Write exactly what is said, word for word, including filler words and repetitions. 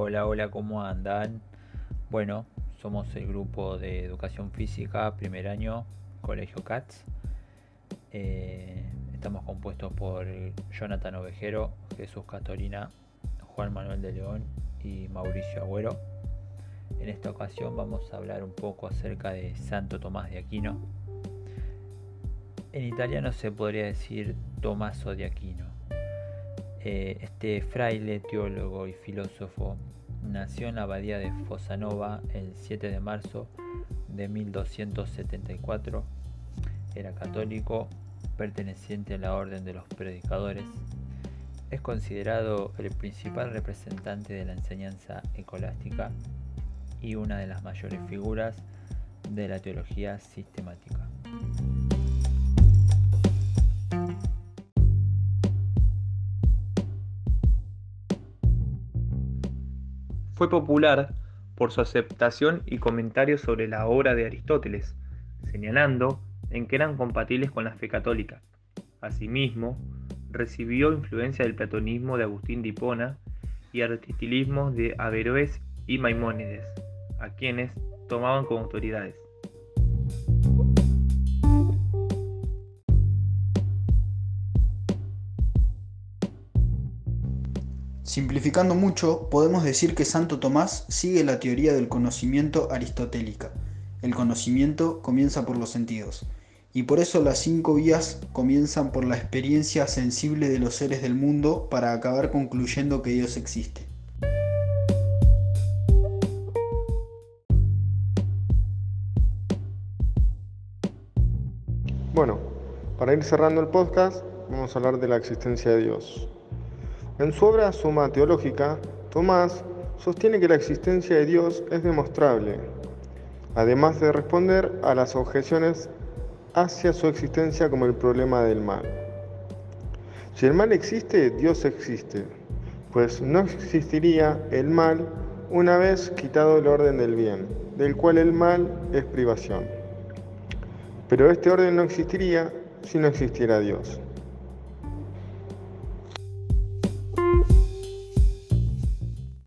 Hola, hola, ¿cómo andan? Bueno, somos el grupo de Educación Física, primer año, Colegio Cats. Eh, estamos compuestos por Jonathan Ovejero, Jesús Castorina, Juan Manuel de León y Mauricio Agüero. En esta ocasión vamos a hablar un poco acerca de Santo Tomás de Aquino. En italiano se podría decir Tommaso de Aquino. Eh, este fraile, teólogo y filósofo nació en la abadía de Fossanova el siete de marzo de mil doscientos setenta y cuatro. Era católico, perteneciente a la Orden de los Predicadores. Es considerado el principal representante de la enseñanza escolástica y una de las mayores figuras de la teología sistemática. Fue popular por su aceptación y comentarios sobre la obra de Aristóteles, señalando en que eran compatibles con la fe católica. Asimismo, recibió influencia del platonismo de Agustín de Hipona y aristotelismo de Averroes y Maimónides, a quienes tomaban como autoridades. Simplificando mucho, podemos decir que Santo Tomás sigue la teoría del conocimiento aristotélica. El conocimiento comienza por los sentidos, y por eso las cinco vías comienzan por la experiencia sensible de los seres del mundo para acabar concluyendo que Dios existe. Bueno, para ir cerrando el podcast, vamos a hablar de la existencia de Dios. En su obra Suma Teológica, Tomás sostiene que la existencia de Dios es demostrable, además de responder a las objeciones hacia su existencia como el problema del mal. Si el mal existe, Dios existe, pues no existiría el mal una vez quitado el orden del bien, del cual el mal es privación. Pero este orden no existiría si no existiera Dios.